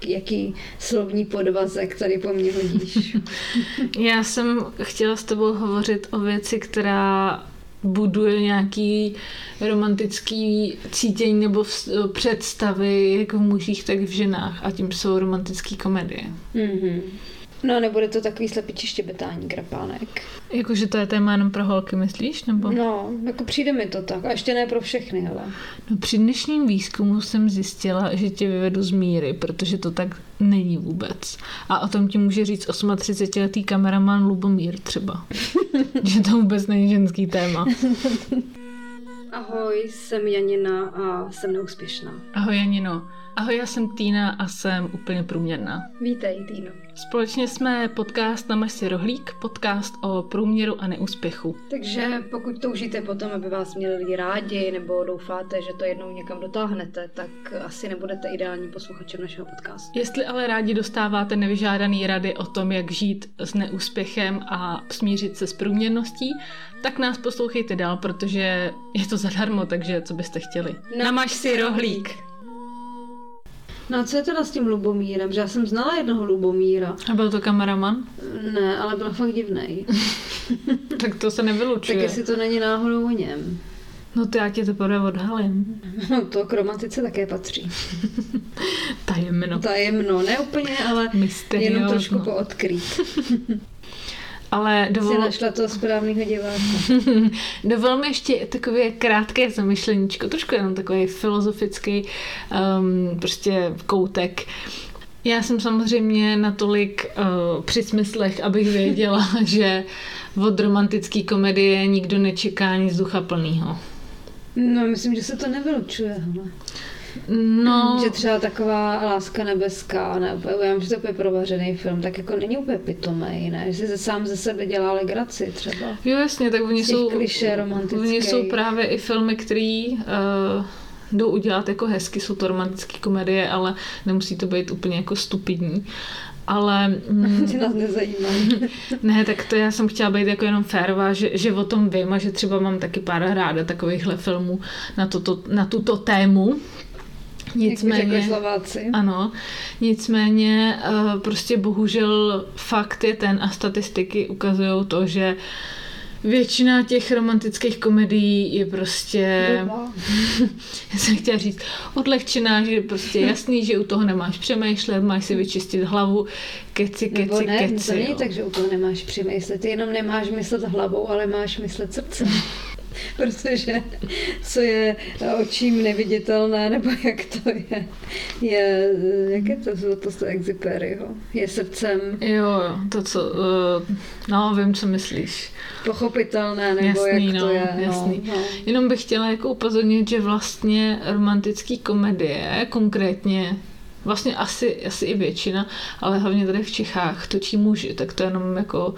jaký slovní podvazek tady po mně hodíš. Já jsem chtěla s tebou hovořit o věci, která buduje nějaký romantický cítění nebo představy jak v mužích, tak v ženách. A tím jsou romantické komedie. Mm-hmm. No, nebude to takový slepičí štěbetání, krapánek. Jakože to je téma jenom pro holky, myslíš? Nebo? No, jako přijde mi to tak. A ještě ne pro všechny, hele. No, při dnešním výzkumu jsem zjistila, že tě vyvedu z míry, protože to tak není vůbec. A o tom ti může říct 38letý kameraman Lubomír třeba. Že to vůbec není ženský téma. Ahoj, jsem Janina a jsem neúspěšná. Ahoj Janino. Ahoj, já jsem Týna a jsem úplně průměrná. Vítej, Týno. Společně jsme podcast Namaž si rohlík, podcast o průměru a neúspěchu. Takže pokud toužíte potom, aby vás měli lidi rádi, nebo doufáte, že to jednou někam dotáhnete, tak asi nebudete ideálním posluchačem našeho podcastu. Jestli ale rádi dostáváte nevyžádaný rady o tom, jak žít s neúspěchem a smířit se s průměrností, tak nás poslouchejte dál, protože je to zadarmo, takže co byste chtěli. Namaž si rohlík. No a co je teda s tím Lubomírem? Že já jsem znala jednoho Lubomíra. A byl to kameraman? Ne, ale byl fakt divnej. Tak to se nevylučuje. Tak jestli to není náhodou o něm. No to já tě teprve odhalím. No to k romantice také patří. Tajemno. Tajemno, ne úplně, ale mysteriózno. Jenom trošku poodkrýt. Ale Jsi našla toho správného diváka. Dovol mi ještě takové krátké zamyšleníčko, trošku jenom takový filozofický prostě koutek. Já jsem samozřejmě natolik při smyslech, abych věděla, že od romantické komedie nikdo nečeká nic duchaplnýho. No, myslím, že se to nevylučuje. Hele. No. Že třeba taková Láska nebeská, ne, já vím, že to je provařený film, tak jako není úplně pitomej, ne? Že si sám ze sebe dělá legraci třeba. Jo, jasně, tak oni jsou právě i filmy, který jdou udělat jako hezky, jsou to romantické komedie, ale nemusí to být úplně jako stupidní. Ale... Ty nás nezajímá. Ne, tak to já jsem chtěla být jako jenom férová, že o tom vím a že třeba mám taky pár ráda takovýchhle filmů na tuto tému. Nicméně, jako Slováci. Ano, nicméně prostě bohužel fakt je ten a statistiky ukazují to, že většina těch romantických komedií je prostě, já jsem chtěla říct, odlehčená, že prostě jasný, že u toho nemáš přemýšlet, máš si vyčistit hlavu, keci. To není tak, že u toho nemáš přemýšlet, ty jenom nemáš myslet hlavou, ale máš myslet srdcem. Protože co je očím neviditelné, nebo jak to je jak je to z Exupéryho, je srdcem. Jo, to co, no vím, co myslíš. Pochopitelné, nebo jasný, jak to je. Jasný. No. Jenom bych chtěla jako upozornit, že vlastně romantický komedie, konkrétně vlastně asi i většina, ale hlavně tady v Čechách točí muži, tak to je jenom jako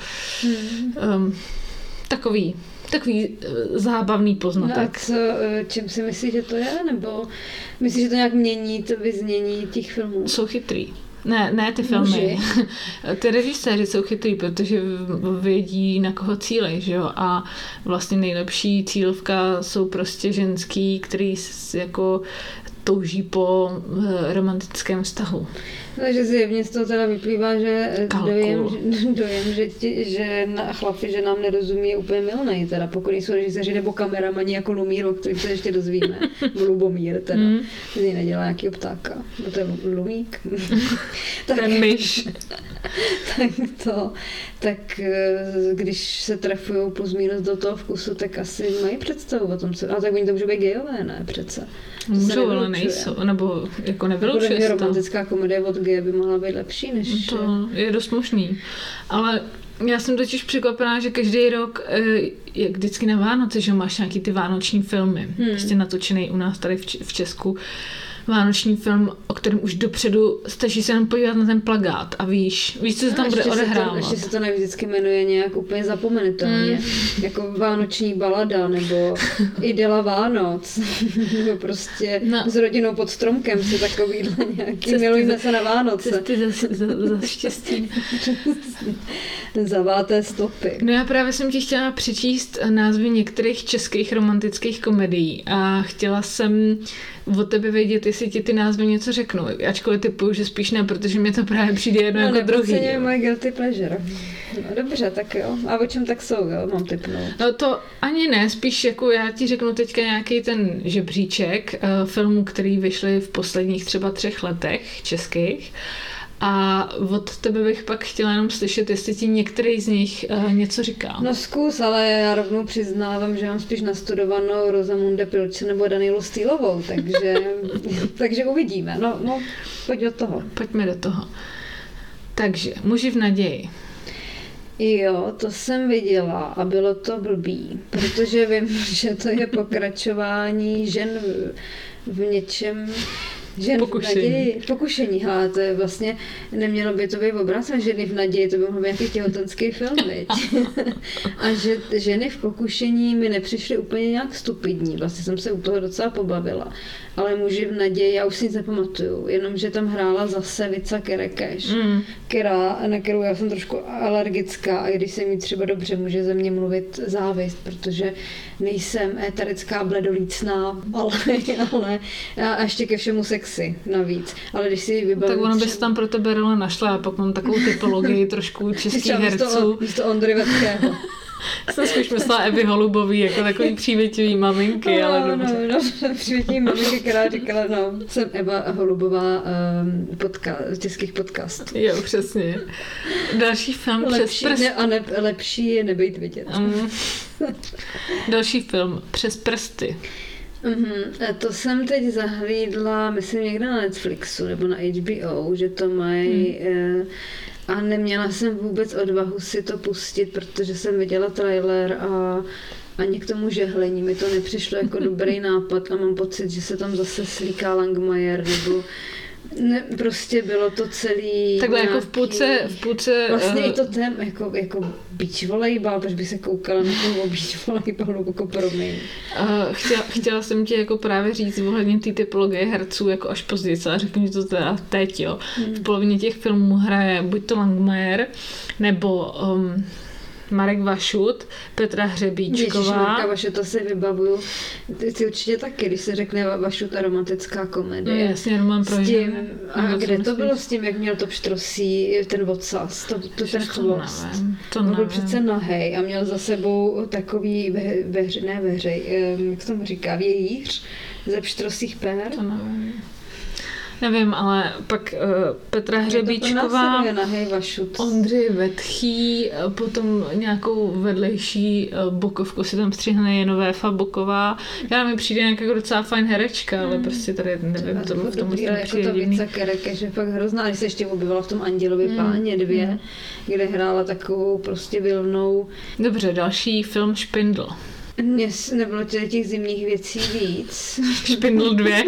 takový zábavný poznatek. No a co, čím si myslíš, že to je? Nebo myslíš, že to nějak mění to vyznění těch filmů? Jsou chytrý. Ne ty filmy. Ty režiséři jsou chytrý, protože vědí, na koho cílej, že jo? A vlastně nejlepší cílovka jsou prostě ženský, který jako touží po romantickém vztahu. Takže zjevně z toho teda vyplývá, že dojem že chlapi, že nám nerozumí, je úplně mylnej, teda pokud jsou režiséři nebo kameramani jako Lumír, o kterých se ještě dozvíme, Lubomír teda, z něj nedělá nějakýho ptáka, no to je Lumík. Ten myš. tak když se trefujou plus minus do toho vkusu, tak asi mají představu o tom, co... Ale tak oni to můžou být gejové, ne přece. Můžou, ale nejsou, nebo jako nevylučuje se to. Romantická komedie od gay by mohla být lepší, než... To je dost možný. Ale já jsem totiž překvapená, že každý rok, jak vždycky na Vánoce, že máš nějaký ty vánoční filmy, prostě natočený u nás tady v Česku, vánoční film, o kterém už dopředu stačí se jenom podívat na ten plakát a víš, co se tam bude odehrávat. Ještě se to vždycky jmenuje nějak úplně zapomenutelně, jako vánoční balada, nebo Idyla Vánoc, nebo prostě s rodinou pod stromkem, si takovýhle nějaký, milujeme se na Vánoce. Cesty za štěstí. Zaváté stopy. No já právě jsem ti chtěla přečíst názvy některých českých romantických komedií a chtěla jsem od tebe vědět, jestli ti ty názvy něco řeknou. Ačkoliv typuju, že spíš ne, protože mě to právě přijde jedno jako druhý. No, je moje guilty pleasure. No dobře, tak jo. A o čem tak jsou, jo? Mám tipnout. No to ani ne, spíš jako já ti řeknu teďka nějaký ten žebříček filmů, který vyšly v posledních třeba 3 letech českých. A od tebe bych pak chtěla jenom slyšet, jestli ti některý z nich něco říká. No zkus, ale já rovnou přiznávám, že mám spíš nastudovanou Rosamunde Pilcher nebo Danielu Stýlovou, takže uvidíme. No, pojď do toho. Pojďme do toho. Takže, Muži v naději. Jo, to jsem viděla a bylo to blbý, protože vím, že to je pokračování žen v něčem... Pokušení, ale to je vlastně, nemělo by to být obráceně, ženy v naději, to by mohl být nějaký těhotenský film, viď? A že ženy v pokušení mi nepřišly úplně nějak stupidní, vlastně jsem se u toho docela pobavila, ale Muži v naději, já už si nic nepamatuju, jenomže tam hrála zase Vica Kerekeš, na kterou já jsem trošku alergická a když se mi třeba dobře může ze mě mluvit závist, protože nejsem éterická bledolícná, ale a ještě ke všemu sexy navíc. Ale když si vybavím... Tak ona by se tam pro tebe role našla, a pak mám takovou typologii trošku českých herců. Místo Ondry Vetkého. Jsem spíš myslela Evy Holubový, jako takový přívětivý maminky, ale dobře. No, přívětivý maminky, která říkala, jsem Eva Holubová českých podcastů. Jo, přesně. Další film Přes prsty. Lepší je nebejt vidět. Další film Přes prsty. To jsem teď zahlídla, myslím někde na Netflixu nebo na HBO, že to mají a neměla jsem vůbec odvahu si to pustit, protože jsem viděla trailer a ani k tomu žehlení mi to nepřišlo jako dobrý nápad a mám pocit, že se tam zase slíká Langmajer nebo ne, prostě bylo to celý takhle nějaký, jako v půlce vlastně i to tém jako beach volejbal, protože by se koukala na tom beach volejbalu jako promiň. Chtěla jsem ti jako právě říct ohledně té typologie herců jako až později, ale řekni to teda teď, jo. V polovině těch filmů hraje buď to Langmajer, nebo Marek Vašut, Petra Hřebíčková. Ježiš, Marka Vašuta si vybavuju. Ty určitě taky, když se řekne Vašuta romantická komedie. No jasně, Roman pro ženy. A kde to bylo s tím, jak měl to pštrosí, ten odsaz, ten chvost. On byl přece nahej a měl za sebou takový jak se tomu říká, vějíř ze pštrosích pér. To nevím, ale pak Petra Hřebíčková, Ondřej Vetchý, potom nějakou vedlejší bokovku si tam střihne Jenovéfa Boková. Já mi přijde nějaká docela fajn herečka, ale prostě tady nevím, to v tom musím přijde divný. Jako to Kereke, že fakt hrozná, když se ještě objevila v tom Andělovi páně 2, kde hrála takovou prostě vilnou. Dobře, další film Špindl. Mně nebylo těch zimních věcí víc. Špindl 2.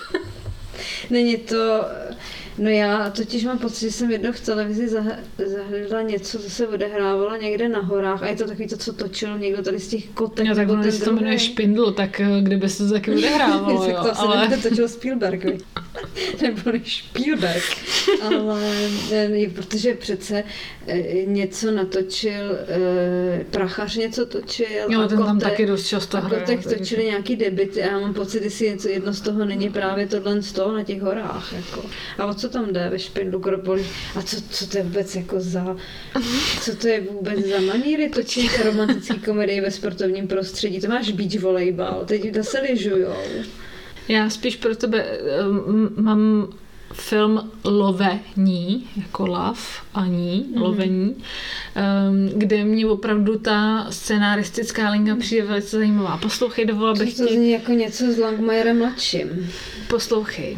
Není to... No já totiž mám pocit, že jsem jednou v televizi zahledala něco, co se odehrávalo někde na horách a je to takový to, co točil někdo tady z těch kotek. No tak ono, když se to jmenuje Špindl, tak kdyby se to taky odehrávalo, jo. To ale... asi točil Spielberg, nebo Spielberg, ale protože přece něco natočil, Prachař něco točil jo, ten tam taky dost často hraje. A Kotek točili nějaký debity a já mám pocit, jestli jedno z toho není právě tohle z toho na těch horách, jako. A co tam jde ve Špindlu Kropoli? A co to je vůbec jako co to je vůbec za maníry točit romantický komedii ve sportovním prostředí? To máš beach volejbal, teď se lyžujou. Já spíš pro tebe mám film Lovení, jako love a ní, Lovení, kde mě opravdu ta scenaristická linka přijde velice zajímavá. Poslouchej, dovolila bych ti... To zní jako něco s Langmajerem mladším. Poslouchej.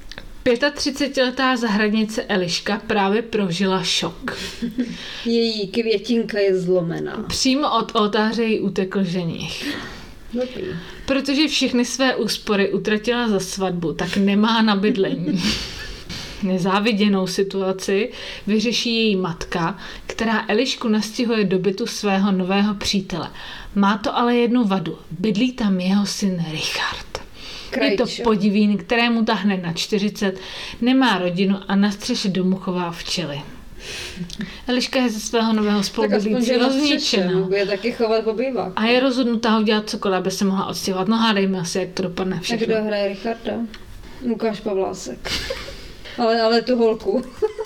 35letá zahradnice Eliška právě prožila šok. Její květinka je zlomená. Přímo od oltáře jí utekl ženich. Protože všechny své úspory utratila za svatbu, tak nemá na bydlení. Nezáviděnou situaci vyřeší její matka, která Elišku nastihuje do bytu svého nového přítele. Má to ale jednu vadu. Bydlí tam jeho syn Richard. Je to podivín, kterému tahne na 40, nemá rodinu a na střeše domu chová včely. Eliška je ze svého nového spolubydlícího rozničená. Bude taky chovat pobývák. A je rozhodnutá udělat cokoliv, aby se mohla odstěhovat. No hádejme asi, jak to dopadne všechno. Tak kdo hraje Richarda? Lukáš Pavlásek. Ale tu holku.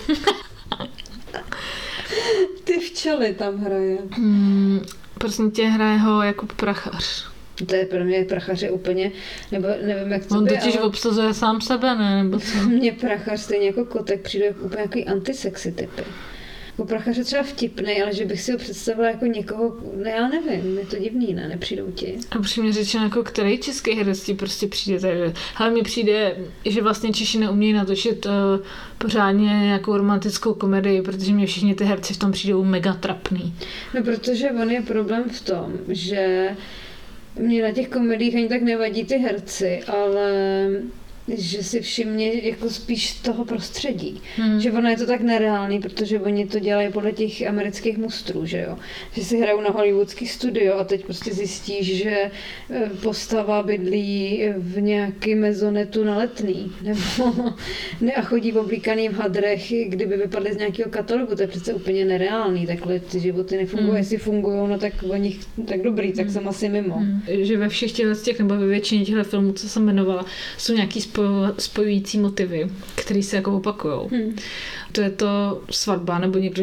Ty včely tam hraje. Prosím tě, hraje ho Jakub Prachař. To je pro mě Prachař úplně, nebo nevím, jak to on by, totiž ale... obsazuje sám sebe, ne? Nebo co? Mně Prachař stejně jako Kotek přijde úplně nějaký antisexy typy. Jako Prachař je třeba vtipnej, ale že bych si ho představila jako někoho, ne, já nevím, je to divný, ne, nepřijdou ti. A upřímně řečeno, jako který český herec ti prostě přijde, takže ale mi přijde, že vlastně Češi neumějí natočit pořádně nějakou romantickou komedii, protože mě všichni ty herci v tom přijdou mega trapný. No, protože on je problém v tom, že mě na těch komediích ani tak nevadí ty herci, ale že si všimně jako spíš toho prostředí. Že ono je to tak nereálný, protože oni to dělají podle těch amerických mustrů, že jo. Že si hrajou na hollywoodský studio a teď prostě zjistíš, že postava bydlí v nějaký mezonetu na Letný. Nebo ne, a chodí oblíkaný v hadrech, kdyby vypadly z nějakého katalogu. To je přece úplně nereálný. Takhle ty životy nefungují. Jestli fungují, no tak oni tak dobrý, tak jsem asi mimo. Že ve všech těch, nebo ve většině těchto filmů, co jsem jmenovala, jsou nějaký spojující motivy, které se jako opakujou. To je to svatba, nebo někdo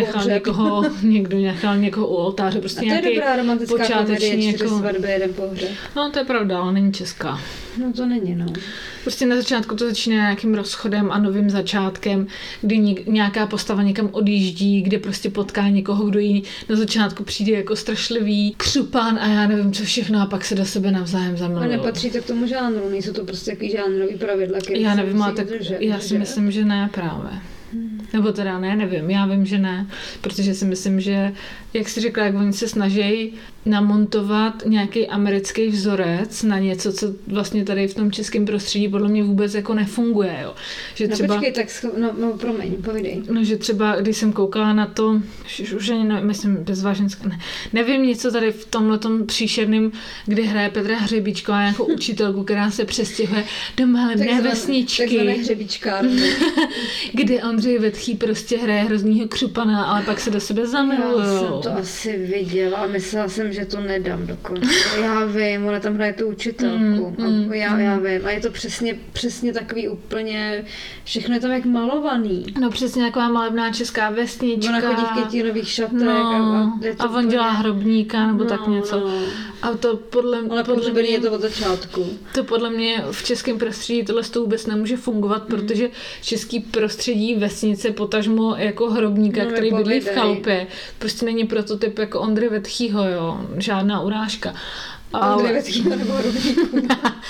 nechal někoho u oltáře. Prostě a to je dobrá romantická komedie, 4 jako... svatby, 1 pohřeb. No, to je pravda, ale není česká. No to není, no. Prostě na začátku to začíná nějakým rozchodem a novým začátkem, kdy nějaká postava někam odjíždí, kde prostě potká někoho, kdo jí na začátku přijde jako strašlivý křupán a já nevím co všechno a pak se do sebe navzájem zamilujou. A nepatří to k tomu žánru, nejsou to prostě takový žánrový pravidla, který já nevím, ale tak já si myslím, že ne právě. Nebo teda nevím, já vím, že ne, protože si myslím, že, jak jsi řekla, jak oni se snaží namontovat nějaký americký vzorec na něco, co vlastně tady v tom českém prostředí podle mě vůbec jako nefunguje, jo. Že třeba, no počkej, tak promiň, povídej. No, že třeba, když jsem koukala na to, už ani myslím, bezváženské, nevím něco tady v tomhletom příšerným, kdy hraje Petra Hřebíčková nějakou učitelku, která se přestěhuje do malebné vesničky. Takzvané hřebíčkárny. Kdy Ondřej Vetchý prostě hraje hroznýho křupana, ale pak se do sebe zamilujou. Já jsem to asi viděla a myslela jsem, že to nedám dokonce. Já vím, ona tam hraje tu učitelku. Já vím. A je to přesně takový úplně, všechno je tam jak malovaný. No přesně taková malebná česká vesnička. Ona chodí v kytinových šatech. No, a on dělá hrobníka nebo tak něco. No. A to ale podle mě je to od začátku. To podle mě v českém prostředí tohle to vůbec nemůže fungovat, protože český prostředí vesnice potažmo jako hrobníka, který bydlí v chalupě, prostě není prototyp jako Ondry Vetchýho, jo, žádná urážka. Ondry Vetchýho nebo hrobníku.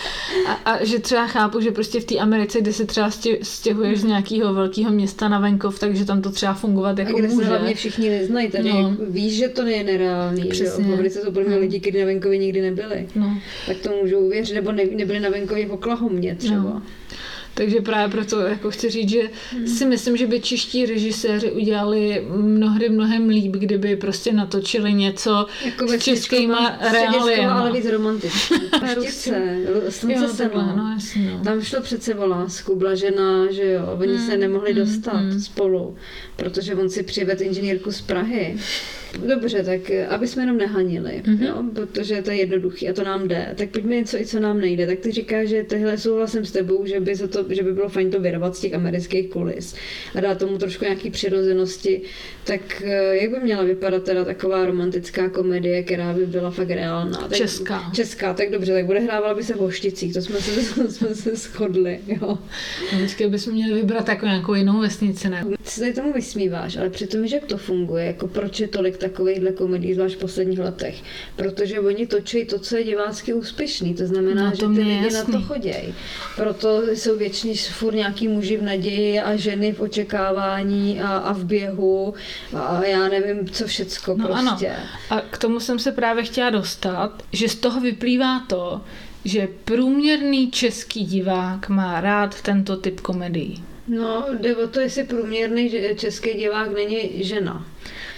A že třeba chápu, že prostě v té Americe, kde se třeba stěhuješ z nějakého velkého města na venkov, takže tam to třeba fungovat jako může. A kde se hlavně všichni neznají, tady víš, že to je nereálný, že jo? V Americe to plně lidí, kteří na venkově nikdy nebyli. No. Tak to můžou uvěřit, nebo nebyli na venkově v Oklahomě třeba. No. Takže právě proto jako chci říct, že si myslím, že by čeští režiséři udělali mnohem líp, kdyby prostě natočili něco jako s českýma reáliema. Ale víc romantický. Slunce sema. No, jasně, no. Tam šlo přece o lásku, Blažená, že jo, oni se nemohli dostat spolu, protože on si přivedl inženýrku z Prahy. Dobře, tak aby jsme jenom nehanili, jo, protože to je jednoduchý a to nám jde. Tak pojďme něco, i co nám nejde. Tak ty říkáš, že tohle souhlasím s tebou, že by bylo fajn to vyrvat z těch amerických kulis a dát tomu trošku nějaký přirozenosti. Tak jak by měla vypadat teda taková romantická komedie, která by byla fakt reálná? Tak, Česká, tak dobře, tak odehrávala by se v Hošticích, to jsme se shodli, jo. No, vždycky bychom měli vybrat jako nějakou jinou vesnici, ne? Ty se tady tomu vysmíváš, ale přitom, že jak to funguje, jako proč je tolik takovejhle komedii, zvlášť v posledních letech. Protože oni točí to, co je divácky úspěšný. To znamená, že ty lidi na to chodějí. Proto jsou většině furt nějaký muži v naději a ženy v očekávání a v běhu a já nevím, co všecko prostě. Ano. A k tomu jsem se právě chtěla dostat, že z toho vyplývá to, že průměrný český divák má rád tento typ komedií. No, jde o to, jestli průměrný český divák není žena.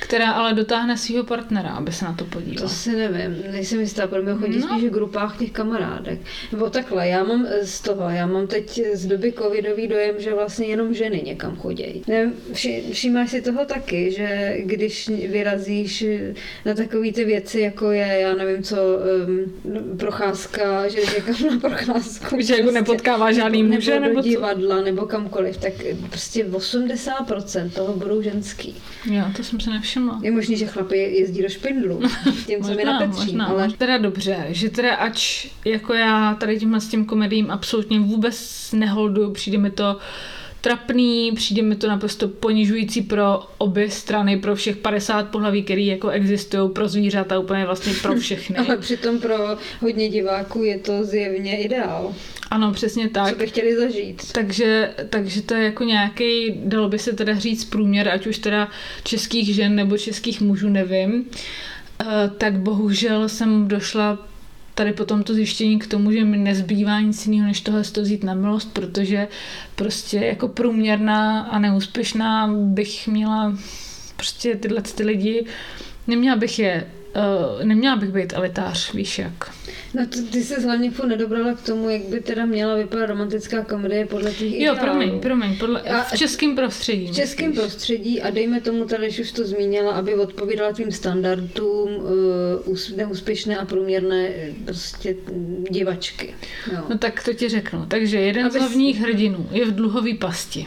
která ale dotáhne svého partnera, aby se na to podíval. To si nevím, nejsem jistá, protože mi chodí spíš v grupách těch kamarádek. Nebo takhle, já mám teď z doby covidový dojem, že vlastně jenom ženy někam chodí. Všímáš si toho taky, že když vyrazíš na takové ty věci, jako je, já nevím co, procházka, že někam na procházku. Že jako nepotkává žádný muže, nebo do divadla, nebo kamkoliv, tak prostě 80% toho budou ženský. Jo, to jsem se nevšimla. Je možný, že chlapi jezdí do špindlu, těm, co mi napetří. Ale... Teda dobře, že teda ač jako já tady tímhle s tím komedím absolutně vůbec neholduju, přijde mi to trapný, přijde mi to naprosto ponižující pro obě strany, pro všech 50 pohlaví, který jako existují, pro zvířata, úplně vlastně pro všechny. Ale přitom pro hodně diváků je to zjevně ideál. Ano, přesně tak. Co by chtěli zažít. Takže to je jako nějaký, dalo by se teda říct průměr, ať už teda českých žen nebo českých mužů, nevím. Tak bohužel jsem došla tady po tomto zjištění k tomu, že mi nezbývá nic jiného, než tohle vzít na milost, protože prostě jako průměrná a neúspěšná bych měla prostě tyhle lidi, neměla bych být elitář, víš jak. No ty se hlavně nedobrala k tomu, jak by teda měla vypadat romantická komedie podle těch ideálů. Jo, promiň, v českém prostředí. V českém prostředí a dejme tomu tady, když už to zmínila, aby odpovídala tvým standardům neúspěšné a průměrné prostě divačky. Jo. No tak to ti řeknu. Takže jeden z hlavních hrdinů je v dluhový pasti.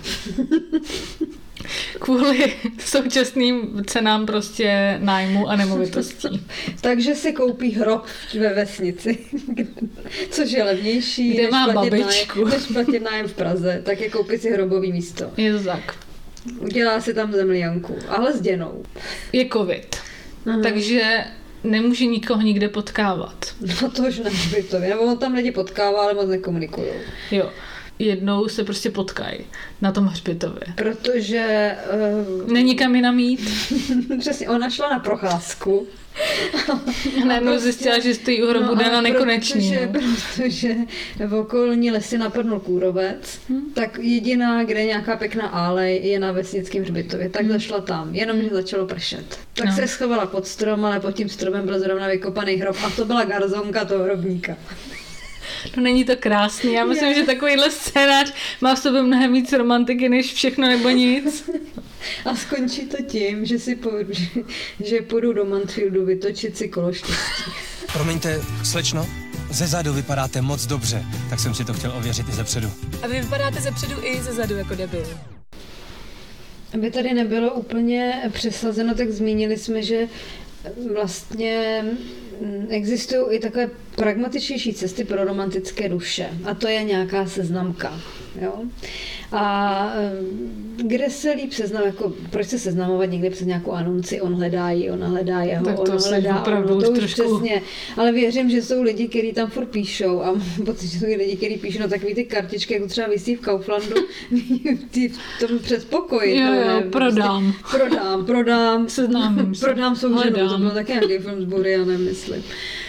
Kvůli současným cenám prostě nájmu a nemovitostí. Takže si koupí hrob ve vesnici, což je levnější, kde má babičku. Než platit nájem v Praze, tak je koupit si hrobový místo. Je to tak. Udělá si tam zemljanku, ale zděnou. Je covid, takže nemůže nikoho nikde potkávat. No to už nebytově, nebo on tam lidi potkává, ale moc nekomunikují. Jo. Jednou se prostě potkají na tom hřbitově. Protože... Není kam jinam jít. Přesně, ona šla na procházku. Najednou prostě, zjistila, že stojí u hrobu Dana Nekonečný. Protože v okolní lesy napadnul kůrovec, tak jediná, kde je nějaká pěkná álej, je na vesnickém hřbitově. Tak zašla tam, jenomže začalo pršet. Tak se schovala pod strom, ale pod tím stromem byl zrovna vykopaný hrob a to byla garzonka toho hrobníka. No není to krásný. Já myslím, že takovýhle scénář má v sobě mnohem víc romantiky, než všechno nebo nic. A skončí to tím, že půjdu do Mansfieldu vytočit si kolo štěstí. Promiňte, slečno, ze zadu vypadáte moc dobře, tak jsem si to chtěl ověřit i ze předu. A vy vypadáte ze předu i ze zadu jako debil. Aby tady nebylo úplně přesazeno, tak zmínili jsme, že vlastně existují i takové pragmatičnější cesty pro romantické duše. A to je nějaká seznamka. Jo? A kde se líp seznamovat, jako proč se seznamovat někde přes nějakou anunci, on hledá ji, ona hledá jeho, tak on hledá ono, to už trošku... přesně. Ale věřím, že jsou lidi, kteří tam furt píšou a mám pocit, že jsou lidi, kteří píšou na takový ty kartičky, jako třeba visí v Kauflandu, v tom předpokoji. Jo, prodám. Seznámím se. Prodám souženou, to bylo taky nějaký film z Burianem, myslím.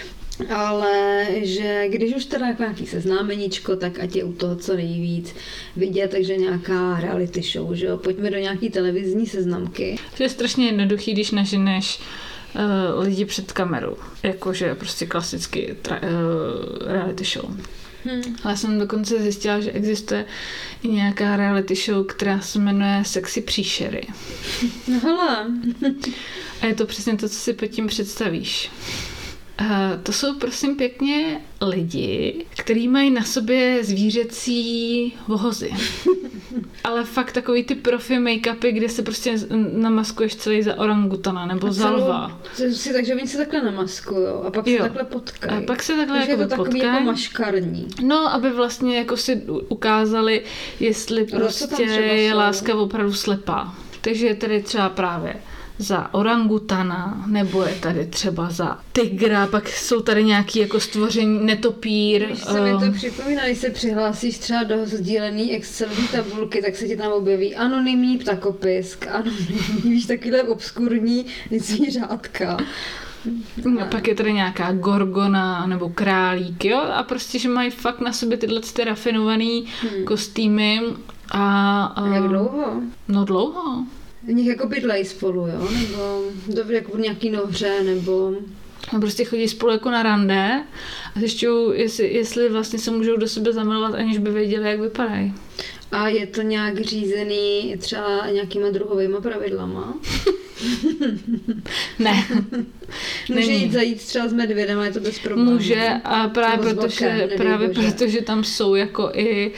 Ale že když už teda jako nějaký seznámeníčko, tak ať je u toho co nejvíc vidět, takže nějaká reality show, že jo? Pojďme do nějaký televizní seznamky. To je strašně jednoduchý, když naženeš lidi před kamerou, jakože prostě klasicky reality show. Ale jsem dokonce zjistila, že existuje i nějaká reality show, která se jmenuje Sexy příšery. No hele. A je to přesně to, co si pod tím představíš. To jsou prosím pěkně lidi, kteří mají na sobě zvířecí vohozy. Ale fakt takový ty profi make-upy, kde se prostě namaskuješ celý za orangutana nebo za lva. Takže oni se takhle namaskujou a pak se takhle potkají. A pak se takhle jako potkají. Takový jako maškarní. No, aby vlastně jako si ukázali, jestli prostě je láska opravdu slepá. Takže je tady třeba právě za orangutana, nebo je tady třeba za tygra, pak jsou tady nějaký jako stvoření netopír. Víš, co mi to připomíná, když se přihlásíš třeba do sdílený Excelový tabulky, tak se ti tam objeví anonymní ptakopisk, anonymní, víš, takovýhle obskurní zvířátka. A pak je tady nějaká gorgona nebo králík, jo? A prostě, že mají fakt na sobě tyhle rafinovaný kostýmy. A jak dlouho? No dlouho. V nich jako bydlej spolu, jo? Nebo jako v nějaký nohře, nebo... A prostě chodí spolu jako na rande a zjišťují, jestli vlastně se můžou do sebe zamilovat, aniž by věděli, jak vypadají. A je to nějak řízený třeba nějakýma druhovýma pravidlama? Ne. Může jít zajít třeba s medvědem, a je to bez problémů. Může a právě protože tam jsou jako i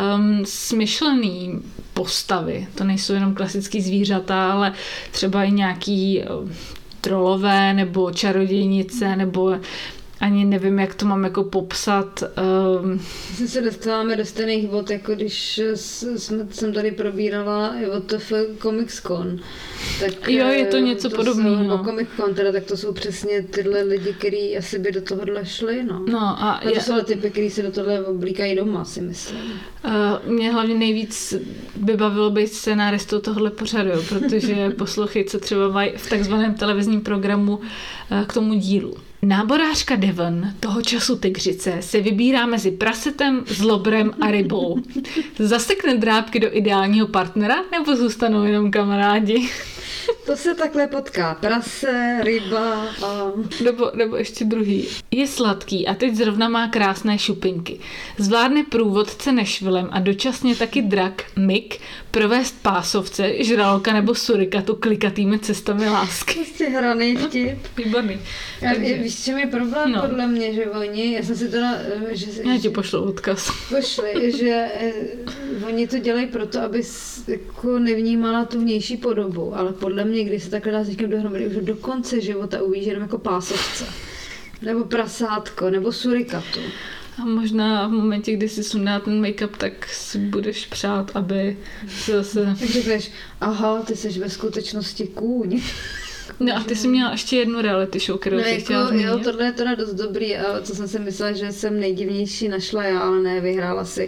smyšlený postavy. To nejsou jenom klasický zvířata, ale třeba i nějaký trolové nebo čarodějnice nebo ani nevím, jak to mám jako popsat. My se dostáváme do stejných vod, jako když jsem tady probírala WTF Comic-Con. Tak, jo, je to něco podobného. Nebo Comic-Con, teda, tak to jsou přesně tyhle lidi, kteří asi by do tohohle šli. A to jsou typy, kteří se do tohle oblíkají doma, si myslím. Mě hlavně nejvíc by bavilo být scénáristou tohohle pořadu, protože posluchači třeba mají v takzvaném televizním programu k tomu dílu. Náborářka Devon, toho času tygřice, se vybírá mezi prasetem, zlobrem a rybou. Zasekne drápky do ideálního partnera nebo zůstanou jenom kamarádi? To se takhle potká. Prase, ryba a... Nebo ještě druhý. Je sladký a teď zrovna má krásné šupinky. Zvládne průvodce Nešvilem a dočasně taky drak Mick provést pásovce, žraloka nebo surikatu klikatými cestami lásky. Prostě hraný vtip. Výborný. Víš, čem je problém podle mě, že oni, já jsem si teda... Já ti pošlu odkaz. Pošli, že oni to dělají proto, aby jako nevnímala tu vnější podobu, ale podle mě, když se takhle dá s někým dohromady, už do konce života uvidíš jenom jako pásovce. Nebo prasátko, nebo surikatu. A možná v momentě, kdy si sundá ten make-up, tak si budeš přát, aby se zase... Tak řekneš, aha, ty jsi ve skutečnosti kůň. No a ty jsi měla ještě jednu reality show, kterou jsi chtěla zmínit. Jo, tohle je teda dost dobrý, a co jsem si myslela, že jsem nejdivnější našla já, ale ne, vyhrála si,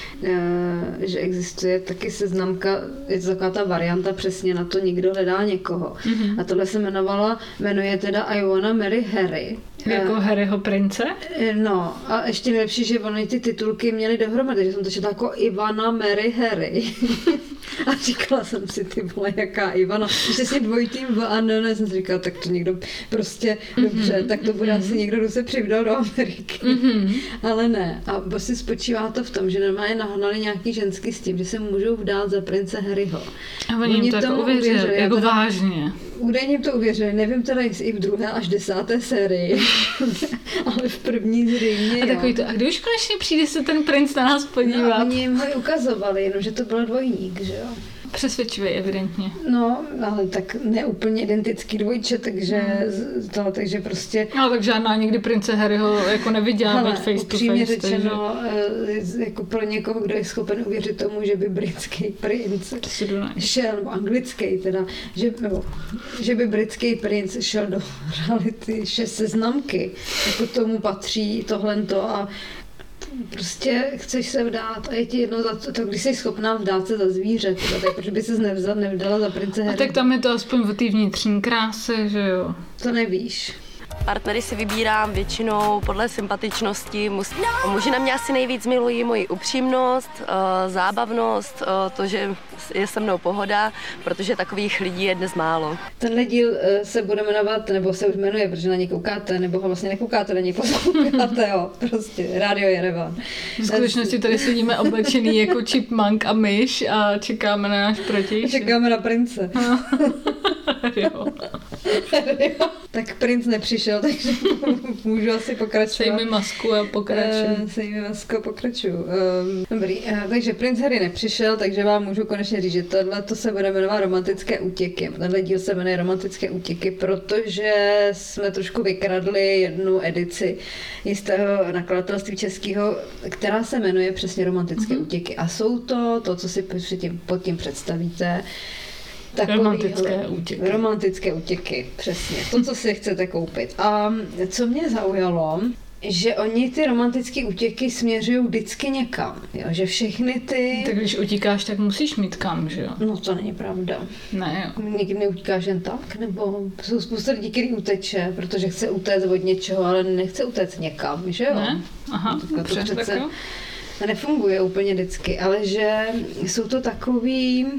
že existuje taky seznamka, je to taková ta varianta, přesně na to Nikdo hledá někoho. Mm-hmm. A tohle se jmenuje teda I Wanna Marry Harry. Jako Harryho prince? No, a ještě nejlepší, že oni ty titulky měli dohromady, že jsem to četla jako Ivana Mary Harry. A říkala jsem si, ty vole, jaká Ivana. Ještě si dvojitým v a ne, jsem si říkala, tak to někdo prostě, dobře, tak to bude asi někdo, kdo se přivdal do Ameriky. Ale ne. A prostě spočívá to v tom, že normálně nahnali nějaký ženský s tím, že se můžou vdát za prince Harryho. A oni jim to jako uvěřili, jako vážně. Údajně jim to uvěřili, nevím teda, jestli i v 2. až 10. sérii, ale v první zřejmě, a takový to, a kdy už konečně přijde se ten princ na nás podívat? No, oni jim ho i ukazovali, jenomže to byl dvojník, že jo? Přesvědčivý, evidentně. No, ale tak neúplně identický dvojče, takže prostě... No, tak žádná nikdy prince Harryho jako neviděla být face to face. Řečeno, jako pro někoho, kdo je schopen uvěřit tomu, že by britský princ šel, nebo anglický teda, že by britský princ šel do reality 6 seznamky, jako tomu patří tohleto a prostě chceš se vdát a je ti jedno za to, když jsi schopná vdát se za zvíře, tak proč by ses nevdala za prince Harry? A tak tam je to aspoň o té vnitřní kráse, že jo? To nevíš. Partnery si vybírám většinou podle sympatičnosti. Muži na mě asi nejvíc milují moji upřímnost, zábavnost, to, že je se mnou pohoda, protože takových lidí je dnes málo. Tenhle díl se bude jmenovat, nebo se už jmenuje, protože na ně koukáte, nebo ho vlastně nekoukáte, na ně posloucháte, jo, prostě Rádio Jerevan. V skutečnosti tady sedíme oblečený jako chipmunk a myš a čekáme na náš protějšek. Čekáme na prince. Jo. Tak princ nepřišel, takže můžu asi pokračovat. Sej mi masku a pokračuju. Dobrý, takže princ Harry nepřišel, takže vám můžu konečně říct, že tohle to se bude jmenovat Romantické útěky. Tenhle díl se jmenuje Romantické útěky, protože jsme trošku vykradli jednu edici jistého nakladatelství českého, která se jmenuje přesně Romantické útěky. A jsou to, co si pod tím představíte, Romantické útěky, přesně. To, co si chcete koupit. A co mě zaujalo, že oni ty romantické útěky směřují vždycky někam, jo? Že všechny ty... Tak když utíkáš, tak musíš mít kam, že jo? No to není pravda. Ne, jo. Nikdy neutíkáš jen tak, nebo jsou spousta lidí, který uteče, protože chce utéct od něčeho, ale nechce utéct někam, že jo? Ne? Aha, dobře, to přece tak jo. nefunguje úplně vždycky, ale že jsou to takový...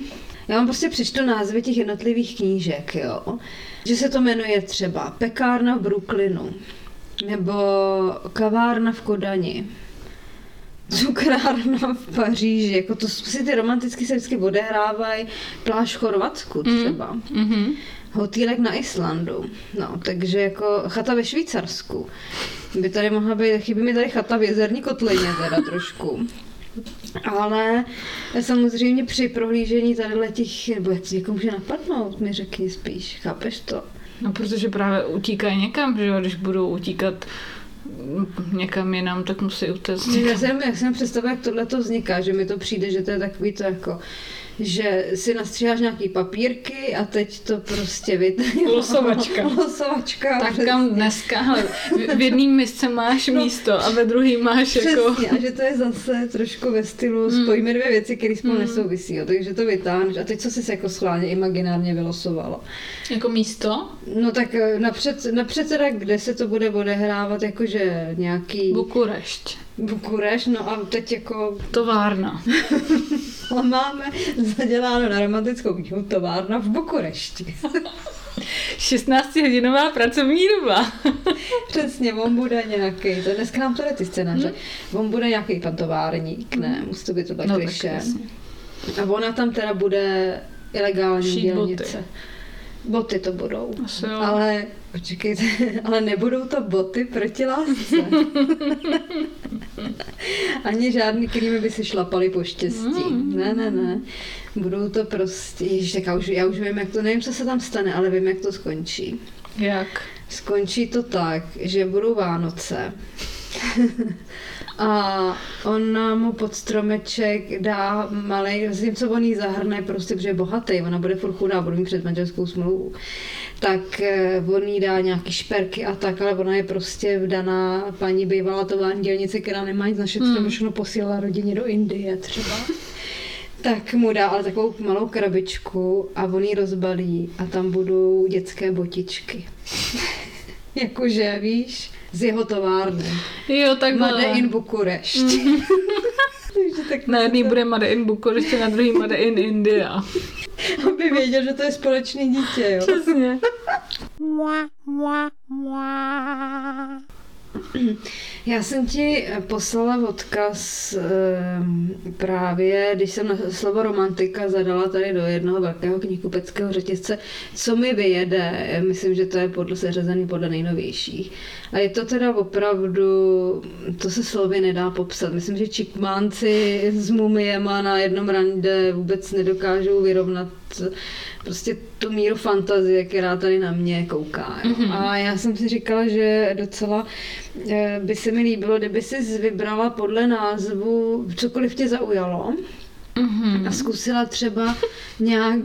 Já vám prostě přečtu názvy těch jednotlivých knížek, jo. Že se to jmenuje třeba Pekárna v Brooklynu, nebo Kavárna v Kodani, Cukrárna v Paříži, jako to si ty romanticky se vždycky odehrávají, Pláž v Chorvatsku třeba, hotýlek na Islandu, no, takže jako chata ve Švýcarsku, by tady mohla být, chybí mi tady chata v Jezerní kotlině teda trošku. Ale samozřejmě při prohlížení tady těch, nebo jak někomu může napadnout, mi řekni spíš, chápeš to? No, protože právě utíkají někam, že jo, když budou utíkat někam jinam, tak musí utéct někam. Já jsem představila, jak tohle to vzniká, že mi to přijde, že to je takový to jako, že si nastříháš nějaký papírky a teď to prostě Losovačka. Tak kam dneska, hele, v jedné misce máš místo a ve druhý máš jako... Přesně, a že to je zase trošku ve stylu, spojíme dvě věci, které spolu nesouvisí, jo, takže to vytáhneš. A teď co jsi jako schválně imaginárně vylosovala? Jako místo? No tak napřed teda, kde se to bude odehrávat, jakože nějaký... Bukurešť, no a teď jako... Továrna. Ale máme zaděláno na romantickou knihu Továrna v Bukurešti. 16hodinová pracovní doba. Přesně, on bude nějaký, to dneska nám to jde ty scénáře, on bude nějaký pan továrník, ne, musí to být tohle klišé. A ona tam teda bude ilegální dělnice. Boty to budou, ale počkejte, ale nebudou to boty proti lásce. Ani žádný, kterými by si šlapali po štěstí. Ne. Budou to prostě, ježiš, tak já už vím, jak to, nevím, co se tam stane, ale vím, jak to skončí. Jak? Skončí to tak, že budou Vánoce. A on mu pod stromeček dá malej, zatímco on jí zahrne prostě, protože je bohatý, ona bude furt chudá, bude mít předmanželskou smlouvu. Tak on jí dá nějaký šperky a tak, ale ona je prostě vdaná paní bývalá tovární dělnice, která nemá nic našetřeno, všechno posílala rodině do Indie třeba. Tak mu dá ale takovou malou krabičku a on ji rozbalí a tam budou dětské botičky. Jakože, víš, z jeho továrny. Jo, tak Made in Bukurešť. Na jedný bude Made in Bukurešť, na druhý Made in India. Aby věděl, že to je společný dítě, jo. Přesně. Já jsem ti poslala odkaz právě, když jsem na slovo romantika zadala tady do jednoho velkého knihkupeckého řetězce, co mi vyjede, myslím, že to je seřazený podle nejnovějších. A je to teda opravdu, to se slovy nedá popsat. Myslím, že čikmánci s mumiema na jednom rande vůbec nedokážou vyrovnat prostě tu míru fantazie, která tady na mě kouká. Jo. A já jsem si říkala, že docela by se mi líbilo, kdyby si vybrala podle názvu cokoliv tě zaujalo a zkusila třeba nějak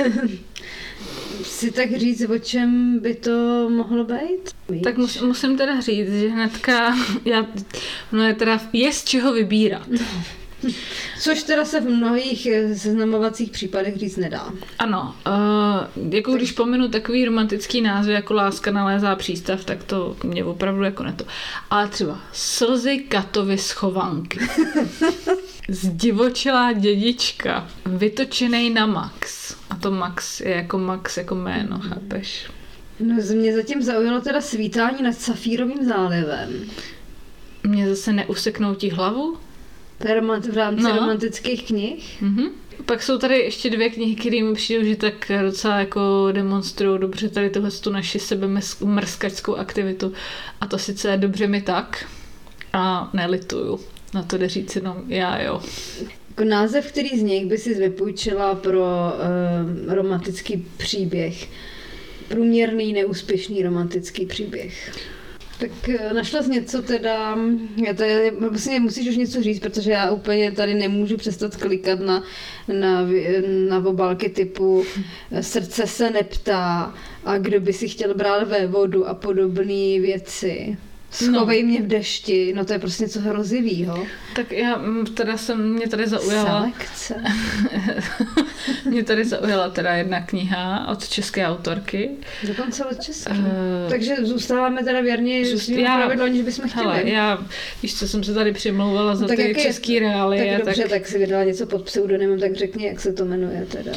si tak říct, o čem by to mohlo být? Víš? Tak musím teda říct, že hnedka je z čeho vybírat. Což teda se v mnohých seznamovacích případech říct nedá. Ano, jako když pominu takový romantický názvy jako Láska nalézá přístav, tak to mě opravdu jako neto. Ale třeba Slzy Katovy schovanky. Zdivočelá dědička. Vytočenej na Max. A to Max jako jméno, chápeš? No, mě zatím zaujalo teda Svítání nad Safírovým zálivem. Mě zase Neuseknou ti hlavu? V rámci romantických knih. Pak jsou tady ještě dvě knihy, které mi přijdou, že tak docela jako demonstrují dobře tady tohle tu naši sebemrskačskou aktivitu. A to sice je Dobře mi tak a Nelituju. Na to jde říct jenom já, jo. Jako název, který z nich by si vypůjčila pro romantický příběh. Průměrný, neúspěšný romantický příběh. Tak našla jsi něco teda, vlastně musíš už něco říct, protože já úplně tady nemůžu přestat klikat na obálky typu Srdce se neptá a kdo by si chtěl brát vévodu a podobné věci. Schovej mě v dešti, no to je prostě něco hrozivýho. Tak mě tady zaujala... Selekce. Mě tady zaujala teda jedna kniha od české autorky. Dokonce od české. Takže zůstáváme teda věrně svým pravidlu, aniž bychom chtěli. Víš co, jsem se tady přimlouvala za ty český reálie. Tak dobře, tak si vydala něco pod pseudonymem, tak řekni, jak se to jmenuje teda.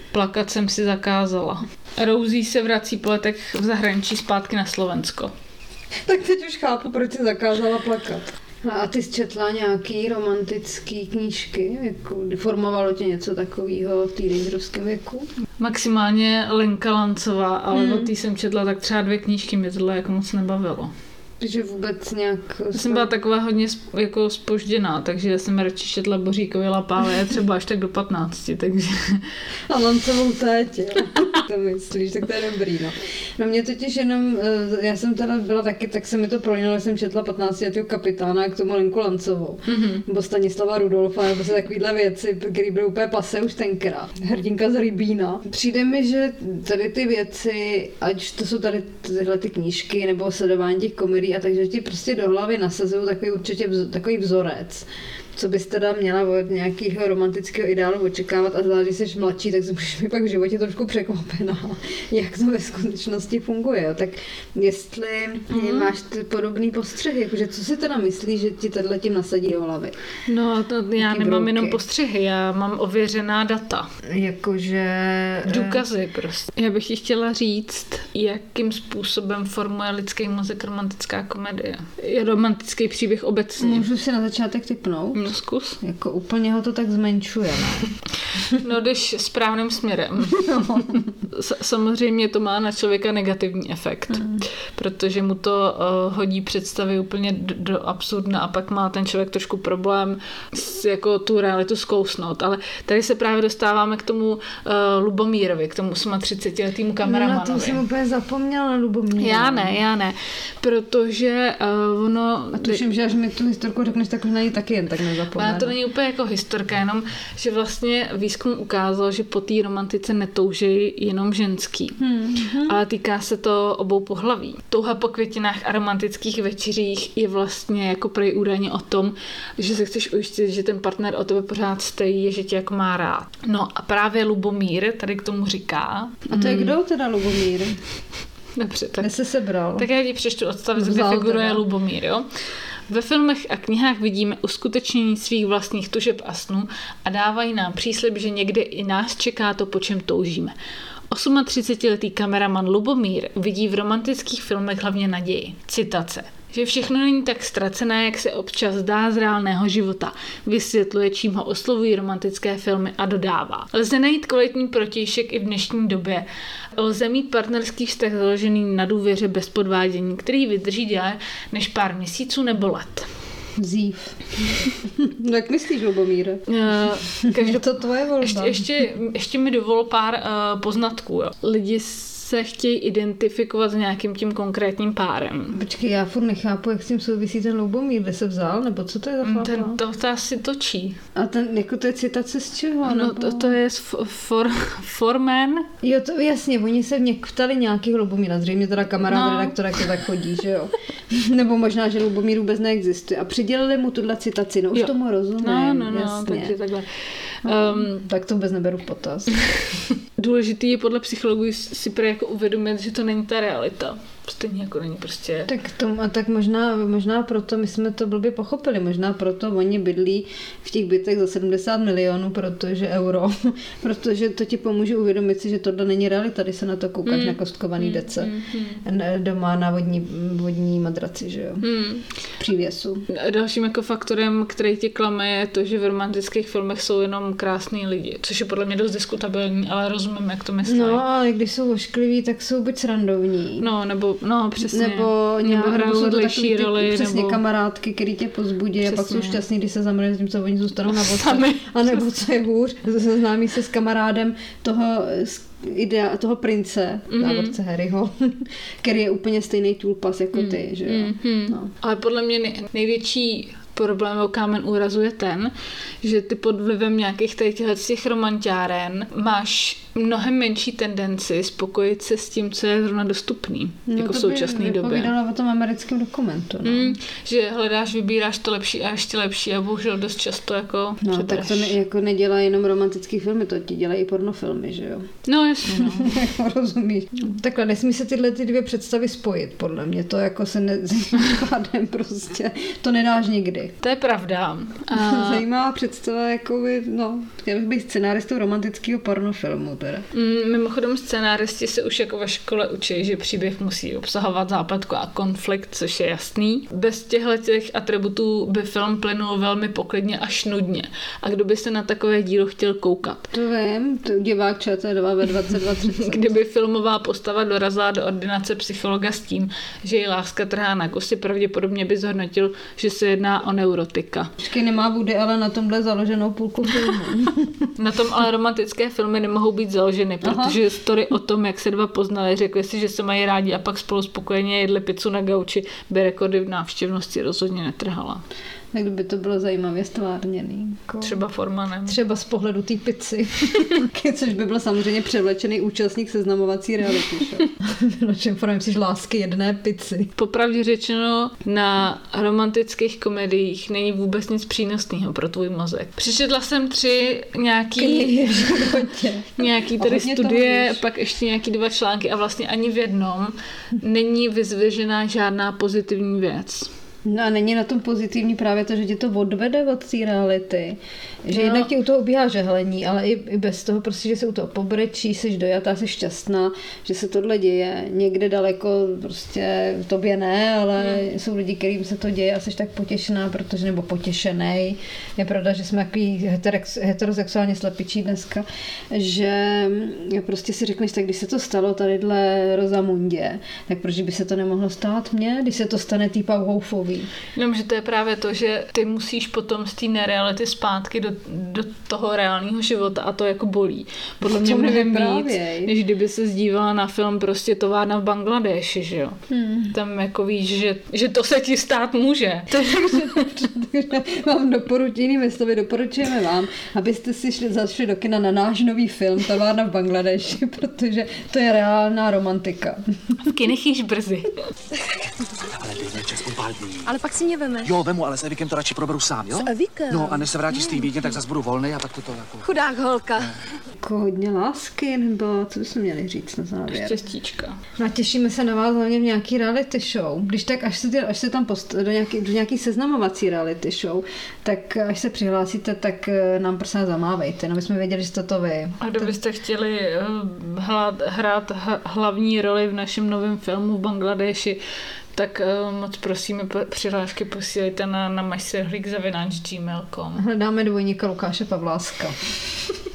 Plakat jsem si zakázala. Rosie se vrací po letech v zahraničí zpátky na Slovensko. Tak teď už chápu, proč si zakázala plakat. A ty jsi četla nějaký romantický knížky? Jako formovalo tě něco takového v teenagerovském věku? Maximálně Lenka Lancová, ale od té jsem četla tak třeba 2 knížky, mě tohle jako moc nebavilo. Takže vůbec nějak... Já jsem byla taková hodně jako zpožděná, takže jsem radši četla Boříkovi Lapále třeba až tak do 15, takže... A Lancovou teď, jo. To myslíš, tak to je dobrý, no. No mě totiž jenom, já jsem teda byla taky, tak se mi to prolínalo, jsem četla 15letého Kapitána a k tomu Lenku Lancovou. Nebo Stanislava Rudolfa, nebo se takovýhle věci, které byly úplně pase už tenkrát. Hrdinka z Rybína. Přijde mi, že tady ty věci, ať to jsou tady tyhle ty knížky, nebo sledování těch komedií, a takže ti prostě do hlavy nasazují takový určitě takový vzorec, co bys teda měla od nějakého romantického ideálu očekávat, a zvlášť, když jsi mladší, tak se můžeš mi pak v životě trošku překvapená, jak to ve skutečnosti funguje. Jo. Tak jestli máš ty podobný postřehy, jakože co si teda myslíš, že ti tohle tím nasadí do hlavy? No, to já nemám jenom postřehy, já mám ověřená data. Jakože... Důkazy prostě. Já bych ti chtěla říct, jakým způsobem formuje lidský mozek romantická komedie. Je romantický příběh obecně. Můžu si na začátek tipnout? No zkus. Jako úplně ho to tak zmenšuje, ne? No, jdeš správným směrem. No. Samozřejmě to má na člověka negativní efekt, protože mu to hodí představy úplně do absurdna a pak má ten člověk trošku problém jako tu realitu zkousnout. Ale tady se právě dostáváme k tomu Lubomírovi, k tomu 38letýmu kameramanovi. No na to jsem úplně zapomněla, Lubomíra. Já ne, protože ono... A tuším, že až mi tu historku řekneš, tak už na ní taky jen tak nezapomenu. Ale to není úplně jako historka, jenom, že vlastně výzkum ukázal, že po té romantice netouží jenom ženský. Ale týká se to obou pohlaví. Touha po květinách a romantických večeřích je vlastně jako prej údajně o tom, že se chceš ujistit, že ten partner o tebe pořád stojí, že tě jako má rád. No a právě Lubomír tady k tomu říká. A to je kdo teda Lubomír? Dobře, tak. Se sebral. Tak já ti přečtu odstavec, kde figuruje Lubomír, jo? Ve filmech a knihách vidíme uskutečnění svých vlastních tužeb a snů a dávají nám příslib, že někde i nás čeká to, po čem toužíme. 38letý kameraman Lubomír vidí v romantických filmech hlavně naději. Citace. Že všechno není tak ztracené, jak se občas zdá z reálného života. Vysvětluje, čím ho oslovují romantické filmy a dodává. Lze najít kvalitní protějšek i v dnešní době. Lze mít partnerský vztah založený na důvěře bez podvádění, který vydrží déle než pár měsíců nebo let. Zív. No jak myslíš, Lubomíre? Je to tvoje volba. Ještě mi dovol pár poznatků. Jo. Lidi se chtějí identifikovat s nějakým tím konkrétním párem. Počkej, já furt nechápu, jak s tím souvisí ten Lubomír, kde se vzal, nebo co to je za chlapa? To asi točí. A ten, jako to je citace z čeho? No to je z Forman. Jo, to jasně, oni se mě ptali nějakých Lubomíra, zřejmě teda kamarád redaktora, jak to tak chodí, že jo? Nebo možná, že Lubomír vůbec neexistuje. A přidělili mu tuhle citaci, no už tomu rozumím, jasně. Takže takhle. Tak to vůbec neberu v potaz. Důležitý je podle psychologů si jako uvědomit, že to není ta realita. Stejně jako není prostě... Tak možná proto my jsme to blbě pochopili, možná proto oni bydlí v těch bytech za 70 milionů, protože euro, protože to ti pomůže uvědomit si, že tohle není realita, když se na to koukáš na kostkovaný dece doma na vodní madraci, že jo? Přívěsu. Dalším jako faktorem, který tě klame, je to, že v romantických filmech jsou jenom krásný lidi, což je podle mě dost diskutabilní, ale rozumím, jak to myslí. No, ale když jsou oškliví, tak jsou buď srandovní. No, přesně. Nebo hrajou vedlejší roli. Přesně nebo... kamarádky, který tě pozbudí a pak jsou šťastní, když se zamrzne tím, co oni zůstanou na vodce. A nebo co je hůř, seznámí se s kamarádem toho prince, na vodce Harryho, který je úplně stejný tulpas jako ty, že jo. No. Ale podle mě největší problém o kámen úrazu je ten, že ty pod vlivem nějakých těch romantiáren máš mnohem menší tendenci spokojit se s tím, co je zrovna dostupný, jako v současné době. To vypovídala o tom americkém dokumentu. No. Že hledáš, vybíráš to lepší a ještě lepší a bohužel dost často jako tak to jako nedělá jenom romantický filmy, to ti dělají i pornofilmy, že jo? No jasně, no. Rozumíš. Takhle, nesmí se tyhle ty dvě představy spojit, podle mě. To jako se nezvládem prostě. To nedáš nikdy. To je pravda. Zajímavá představa, jakoby, chtěl bych být scenáristou romantického pornofilmu. teda. Mimochodem scénáristi se už jako ve škole učí, že příběh musí obsahovat zápletku a konflikt, což je jasný. Bez těch atributů by film plynul velmi poklidně až nudně. A kdo by se na takové dílo chtěl koukat? To vím, to divák ČT2 ve 22:30. Kdyby filmová postava dorazila do ordinace psychologa s tím, že její láska trhá na kosi, pravděpodobně by zhodnotil, že se jedná o neurotika. Počkej, nemá Woody ale na tomhle založenou půlku filmu. Na tom ale romantické filmy nemohou být založeny, protože story o tom, jak se dva poznali, řekli si, že se mají rádi a pak spolu spokojeně jedli pizzu na gauči, by rekordy v návštěvnosti rozhodně netrhala. Tak kdyby to bylo zajímavě stvárněný. Jako... Třeba formanem. Třeba z pohledu té pici. Což by byl samozřejmě převlečený účastník seznamovací reality show. Vyločen forem si lásky jedné pici. Popravdě řečeno, na romantických komediích není vůbec nic přínosného pro tvůj mozek. Přečetla jsem 3 nějaký tady studie, pak ještě nějaký 2 články a vlastně ani v jednom není vyzvěžená žádná pozitivní věc. No a není na tom pozitivní právě to, že tě to odvede od té reality. Že jednak ti u toho ubíhá žehlení, ale i bez toho prostě, že se u toho pobrečí, jsi dojatá, jsi šťastná, že se tohle děje. Někde daleko prostě tobě ne, ale jsou lidi, kterým se to děje a jsi tak potěšená, protože, nebo potěšenej. Je pravda, že jsme takový heterosexuálně slepičí dneska, že prostě si řekneš, tak když se to stalo tadyhle Rozamundě, tak proč by se to nemohlo stát mně, když se to stane tý Pauhoufový? Jenom, že to je právě to, že ty musíš potom z té nereality zpátky do toho reálného života a to jako bolí. Podle mě mnohem víc, než kdyby se zdívala na film prostě Továrna v Bangladeši, že jo. Tam jako víš, že to se ti stát může. Takže vám doporučení, doporučujeme vám, abyste si zašli do kina na náš nový film Továrna v Bangladeši, protože to je reálná romantika. V kinech již brzy. Ale dejme čas o pár dní. Ale pak si mě veme. Jo, vemu, ale s Evikem to radši proberu sám, jo? S Evikem? No a než se vrátíš z té Vídně, tak zase budu volnej a tak to jako... Chudák holka. Jako hodně lásky, nebo co bychom měli říct na závěr? Štěstíčka. No těšíme se na vás hlavně v nějaký reality show. Když tak, až se tam do nějaký seznamovací reality show, tak až se přihlásíte, tak nám prosím zamávejte, no my jsme věděli, že jste to vy. A kdybyste chtěli hrát hlavní roli v našem novém filmu v Bangladeši, tak moc prosíme, přihlášky posílejte na mašserhlík@gmail.com. Hledáme dvojníka Lukáše Pavláska.